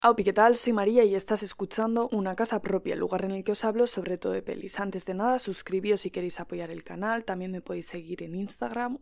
Aupi, ¿qué tal? Soy María y estás escuchando Una Casa Propia, el lugar en el que os hablo sobre todo de pelis. Antes de nada, suscribíos si queréis apoyar el canal, también me podéis seguir en Instagram,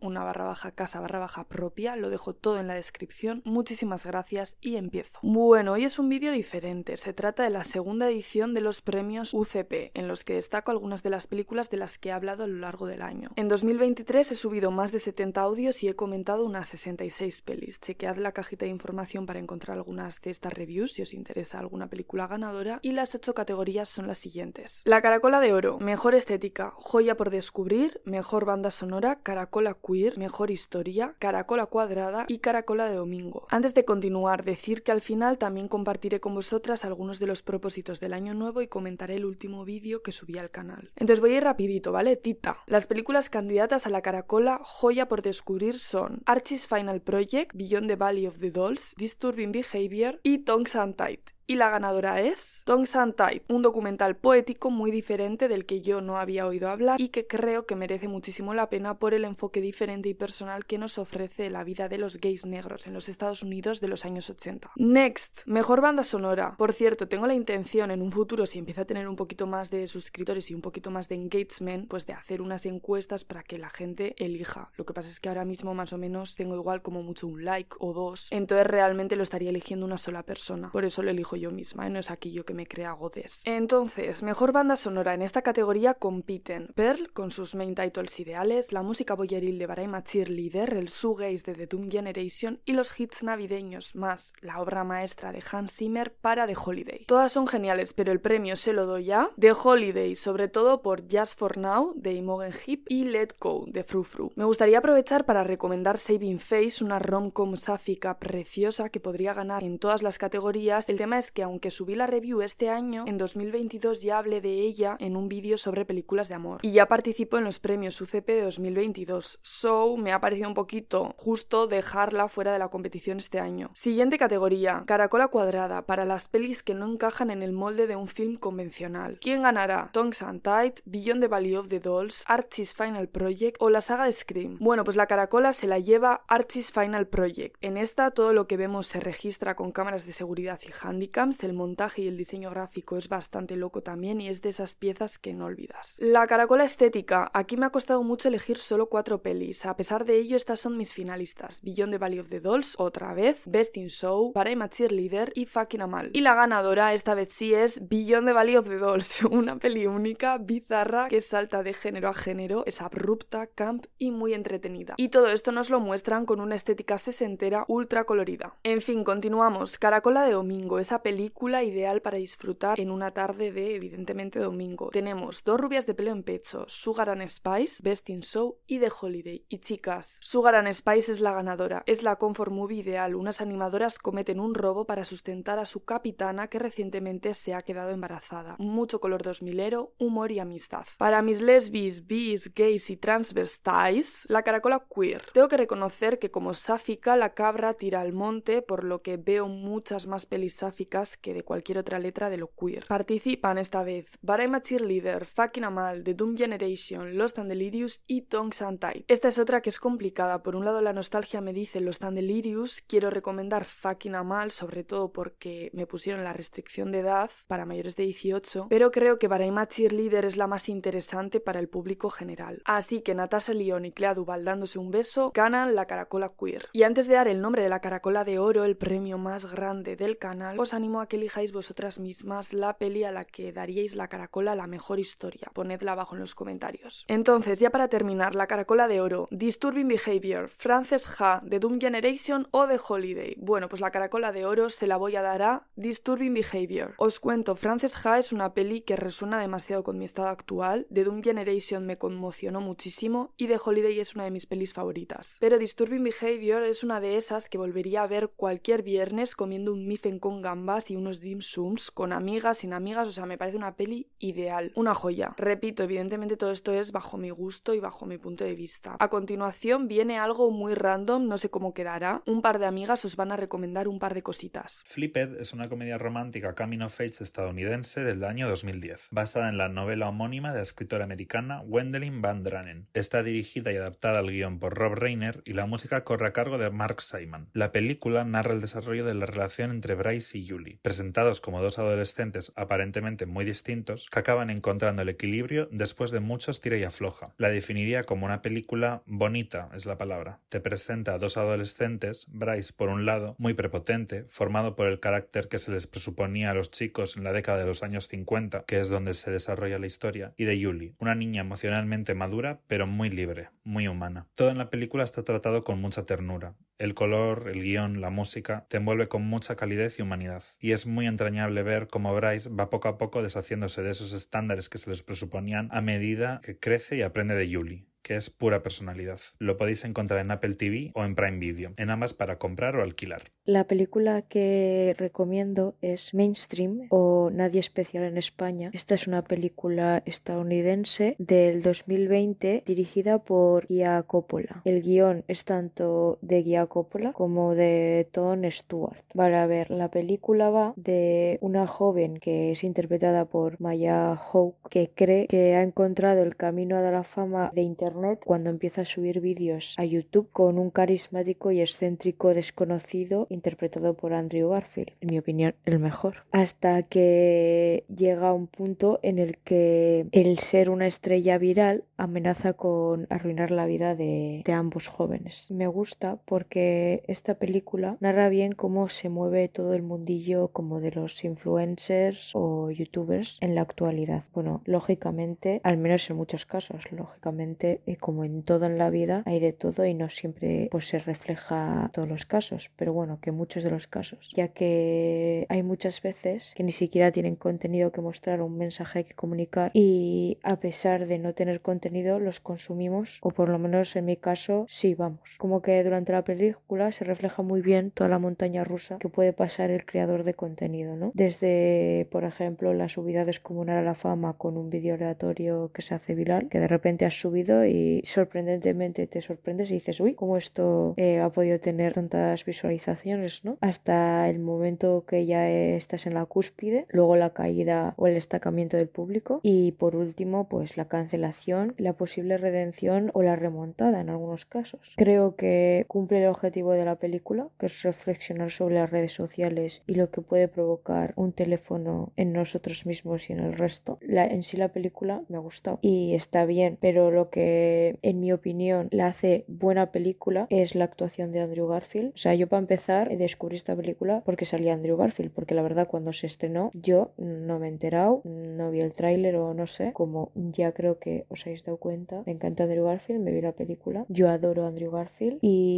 una_casa_propia, lo dejo todo en la descripción. Muchísimas gracias y empiezo. Bueno, hoy es un vídeo diferente, se trata de la segunda edición de los premios UCP, en los que destaco algunas de las películas de las que he hablado a lo largo del año. En 2023 he subido más de 70 audios y he comentado unas 66 pelis. Chequead la cajita de información para encontrar algunas de estas reviews si os interesa alguna película ganadora, y las 8 categorías son las siguientes. La Caracola de Oro: Mejor Estética, Joya por Descubrir, Mejor Banda Sonora, Caracola Queer, Mejor Historia, Caracola Cuadrada y Caracola de Domingo. Antes de continuar, decir que al final también compartiré con vosotras algunos de los propósitos del año nuevo y comentaré el último vídeo que subí al canal. Entonces voy a ir rapidito, ¿vale? Tita. Las películas candidatas a la Caracola Joya por Descubrir son Archie's Final Project, Beyond the Valley of the Dolls, Disturbing Behavior y Tongues Untied. Y la ganadora es Tongues Untied, un documental poético muy diferente del que yo no había oído hablar y que creo que merece muchísimo la pena por el enfoque diferente y personal que nos ofrece la vida de los gays negros en los Estados Unidos de los años 80. Next, Mejor Banda Sonora. Por cierto, tengo la intención en un futuro, si empieza a tener un poquito más de suscriptores y un poquito más de engagement, pues de hacer unas encuestas para que la gente elija. Lo que pasa es que ahora mismo más o menos tengo igual como mucho un like o dos, entonces realmente lo estaría eligiendo una sola persona. Por eso lo elijo yo misma, no es aquí yo que me crea godes. Entonces, Mejor Banda Sonora. En esta categoría compiten Pearl con sus main titles ideales, la música boyeril de Baraima Cheerleader, el shoegaze de The Doom Generation y los hits navideños, más la obra maestra de Hans Zimmer para The Holiday. Todas son geniales, pero el premio se lo doy a The Holiday, sobre todo por Just for Now de Imogen Heap y Let Go de Frou Frou. Me gustaría aprovechar para recomendar Saving Face, una rom-com sáfica preciosa que podría ganar en todas las categorías. El tema es que aunque subí la review este año, en 2022 ya hablé de ella en un vídeo sobre películas de amor y ya participó en los premios UCP de 2022, so me ha parecido un poquito justo dejarla fuera de la competición este año. Siguiente categoría, Caracola Cuadrada, para las pelis que no encajan en el molde de un film convencional. ¿Quién ganará? Tongues Untied, Beyond the Valley of the Dolls, Archie's Final Project o la saga de Scream. Bueno, pues la Caracola se la lleva Archie's Final Project. En esta todo lo que vemos se registra con cámaras de seguridad y handicap. El montaje y el diseño gráfico es bastante loco también y es de esas piezas que no olvidas. La Caracola Estética. Aquí me ha costado mucho elegir solo 4 pelis. A pesar de ello, estas son mis finalistas: Beyond the Valley of the Dolls, otra vez, Best in Show, Baraima Cheerleader y Fucking Amal. Y la ganadora esta vez sí es Beyond the Valley of the Dolls, una peli única, bizarra, que salta de género a género, es abrupta, camp y muy entretenida. Y todo esto nos lo muestran con una estética sesentera ultra colorida. En fin, continuamos. Caracola de Domingo, esa película ideal para disfrutar en una tarde de, evidentemente, domingo. Tenemos Dos rubias de pelo en pecho, Sugar and Spice, Best in Show y The Holiday. Y chicas, Sugar and Spice es la ganadora. Es la comfort movie ideal. Unas animadoras cometen un robo para sustentar a su capitana que recientemente se ha quedado embarazada. Mucho color 2000ero, humor y amistad. Para mis lesbis, bis, gays y transvestis, la Caracola Queer. Tengo que reconocer que como sáfica la cabra tira al monte, por lo que veo muchas más pelis sáficas que de cualquier otra letra de lo queer. Participan esta vez Baraima Cheerleader, Fucking Amal, The Doom Generation, Lost and Delirious y Tongues Untied. Esta es otra que es complicada. Por un lado la nostalgia me dice Lost and Delirious, quiero recomendar Fucking Amal, sobre todo porque me pusieron la restricción de edad para mayores de 18, pero creo que Baraima Cheerleader es la más interesante para el público general. Así que Natasha Lyonne y Clea Duvall dándose un beso ganan la Caracola Queer. Y antes de dar el nombre de la Caracola de Oro, el premio más grande del canal, os animo a que elijáis vosotras mismas la peli a la que daríais la Caracola la mejor historia. Ponedla abajo en los comentarios. Entonces, ya para terminar, la Caracola de Oro: Disturbing Behavior, Frances Ha, The Doom Generation o The Holiday. Bueno, pues la Caracola de Oro se la voy a dar a Disturbing Behavior. Os cuento, Frances Ha es una peli que resuena demasiado con mi estado actual, The Doom Generation me conmocionó muchísimo y The Holiday es una de mis pelis favoritas. Pero Disturbing Behavior es una de esas que volvería a ver cualquier viernes comiendo un mifen con gambas y unos dim sums, con amigas, sin amigas, o sea, me parece una peli ideal, una joya. Repito, evidentemente todo esto es bajo mi gusto y bajo mi punto de vista. A continuación viene algo muy random, no sé cómo quedará. Un par de amigas os van a recomendar un par de cositas. Flipped es una comedia romántica coming of age estadounidense del año 2010, basada en la novela homónima de la escritora americana Gwendolyn Van Dranen. Está dirigida y adaptada al guión por Rob Reiner y la música corre a cargo de Mark Simon. La película narra el desarrollo de la relación entre Bryce y Julie, Julie, presentados como dos adolescentes aparentemente muy distintos que acaban encontrando el equilibrio después de muchos tira y afloja. La definiría como una película bonita, es la palabra. Te presenta a dos adolescentes, Bryce por un lado, muy prepotente, formado por el carácter que se les presuponía a los chicos en la década de los años 50, que es donde se desarrolla la historia, y de Julie, una niña emocionalmente madura, pero muy libre, muy humana. Todo en la película está tratado con mucha ternura. El color, el guión, la música, te envuelve con mucha calidez y humanidad. Y es muy entrañable ver cómo Bryce va poco a poco deshaciéndose de esos estándares que se les presuponían a medida que crece y aprende de Julie, que es pura personalidad. Lo podéis encontrar en Apple TV o en Prime Video, en ambas para comprar o alquilar. La película que recomiendo es Mainstream o Nadie Especial en España. Esta es una película estadounidense del 2020 dirigida por Gia Coppola. El guión es tanto de Gia Coppola como de Tom Stewart. Vale, a ver, la película va de una joven que es interpretada por Maya Hawke que cree que ha encontrado el camino a la fama de Internet cuando empieza a subir vídeos a YouTube con un carismático y excéntrico desconocido interpretado por Andrew Garfield, en mi opinión el mejor, hasta que llega a un punto en el que el ser una estrella viral amenaza con arruinar la vida de ambos jóvenes. Me gusta porque esta película narra bien cómo se mueve todo el mundillo como de los influencers o youtubers en la actualidad. Bueno, lógicamente, al menos en muchos casos, lógicamente, como en todo en la vida, hay de todo y no siempre pues se refleja todos los casos, pero bueno, que muchos de los casos, ya que hay muchas veces que ni siquiera tienen contenido que mostrar o un mensaje que comunicar y a pesar de no tener contenido los consumimos, o por lo menos en mi caso sí, vamos. Como que durante la película se refleja muy bien toda la montaña rusa que puede pasar el creador de contenido, ¿no? Desde, por ejemplo, la subida descomunal a la fama con un vídeo aleatorio que se hace viral, que de repente has subido y sorprendentemente te sorprendes y dices, uy, ¿cómo esto ha podido tener tantas visualizaciones, ¿no? Hasta el momento que ya estás en la cúspide, luego la caída o el destacamiento del público y por último, pues la cancelación, la posible redención o la remontada en algunos casos. Creo que cumple el objetivo de la película, que es reflexionar sobre las redes sociales y lo que puede provocar un teléfono en nosotros mismos y en el resto. En sí la película me ha gustado y está bien, pero lo que en mi opinión la hace buena película es la actuación de Andrew Garfield. O sea, yo para empezar descubrí esta película porque salía Andrew Garfield, porque la verdad cuando se estrenó yo no me he enterado, no vi el tráiler o no sé, como ya creo que os habéis dado cuenta, me encanta Andrew Garfield, me vi la película, yo adoro a Andrew Garfield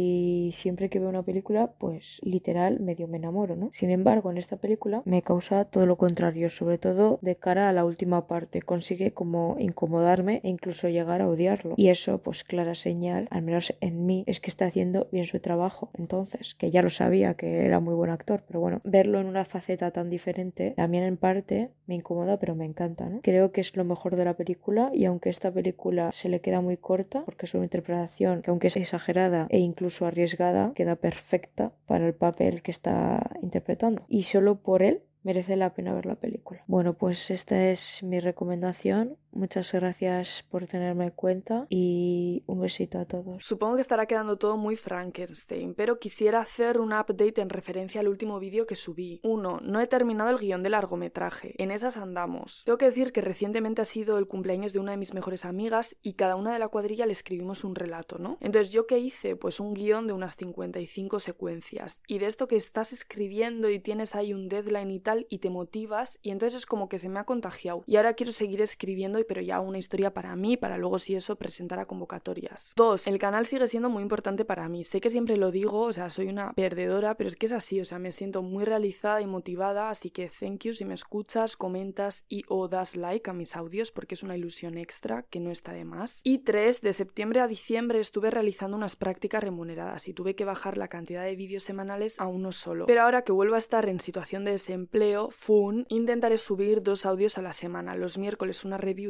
y siempre que veo una película pues literal medio me enamoro, ¿no? Sin embargo, en esta película me causa todo lo contrario, sobre todo de cara a la última parte, consigue como incomodarme e incluso llegar a odiarlo y eso pues clara señal, al menos en mí, es que está haciendo bien su trabajo. Entonces, que ya lo sabía que era muy buen actor, pero bueno, verlo en una faceta tan diferente también en parte me incomoda, pero me encanta, ¿no? Creo que es lo mejor de la película y aunque esta película se le queda muy corta porque es una interpretación que aunque es exagerada e incluso arriesgada, queda perfecta para el papel que está interpretando y solo por él merece la pena ver la película. Bueno, pues esta es mi recomendación. Muchas gracias por tenerme en cuenta y un besito a todos. Supongo que estará quedando todo muy Frankenstein, pero quisiera hacer un update en referencia al último vídeo que subí. 1. No he terminado el guión de largometraje. En esas andamos. Tengo que decir que recientemente ha sido el cumpleaños de una de mis mejores amigas y cada una de la cuadrilla le escribimos un relato, ¿no? Entonces, ¿yo qué hice? Pues un guión de unas 55 secuencias. Y de esto que estás escribiendo y tienes ahí un deadline y tal, y te motivas, y entonces es como que se me ha contagiado. Y ahora quiero seguir escribiendo, pero ya una historia para mí, para luego si eso presentar a convocatorias. 2. El canal sigue siendo muy importante para mí. Sé que siempre lo digo, o sea, soy una perdedora, pero es que es así, o sea, me siento muy realizada y motivada, así que thank you si me escuchas, comentas y o das like a mis audios, porque es una ilusión extra que no está de más. Y 3. De septiembre a diciembre estuve realizando unas prácticas remuneradas y tuve que bajar la cantidad de vídeos semanales a uno solo. Pero ahora que vuelvo a estar en situación de desempleo, intentaré subir 2 audios a la semana. Los miércoles una review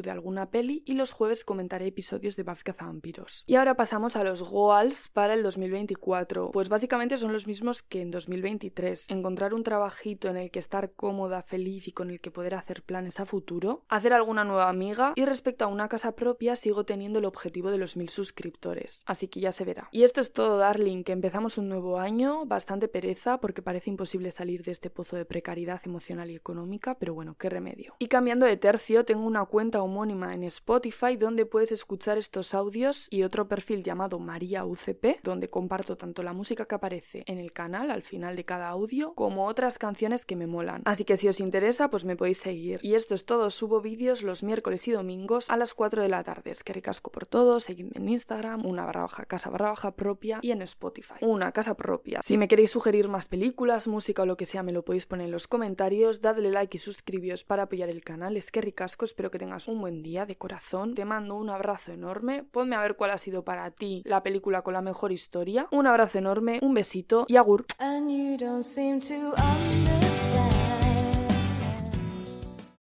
de alguna peli y los jueves comentaré episodios de Buffy Cazavampiros. Y ahora pasamos a los goals para el 2024. Pues básicamente son los mismos que en 2023. Encontrar un trabajito en el que estar cómoda, feliz y con el que poder hacer planes a futuro, hacer alguna nueva amiga y respecto a una casa propia sigo teniendo el objetivo de los 1000 suscriptores. Así que ya se verá. Y esto es todo, darling, que empezamos un nuevo año, bastante pereza porque parece imposible salir de este pozo de precariedad emocional y económica, pero bueno, qué remedio. Y cambiando de tercio, tengo una cuenta homónima en Spotify donde puedes escuchar estos audios y otro perfil llamado María UCP, donde comparto tanto la música que aparece en el canal al final de cada audio, como otras canciones que me molan. Así que si os interesa, pues me podéis seguir. Y esto es todo, subo vídeos los miércoles y domingos a las 4 de la tarde. Es que ricasco por todo, seguidme en Instagram, _casa_propia y en Spotify. Una casa propia. Si me queréis sugerir más películas, música o lo que sea, me lo podéis poner en los comentarios, dadle like y suscribíos para apoyar el canal. Es que ricasco, espero que tengas un buen día de corazón. Te mando un abrazo enorme. Ponme a ver cuál ha sido para ti la película con la mejor historia. Un abrazo enorme, un besito y agur. And you don't seem to understand.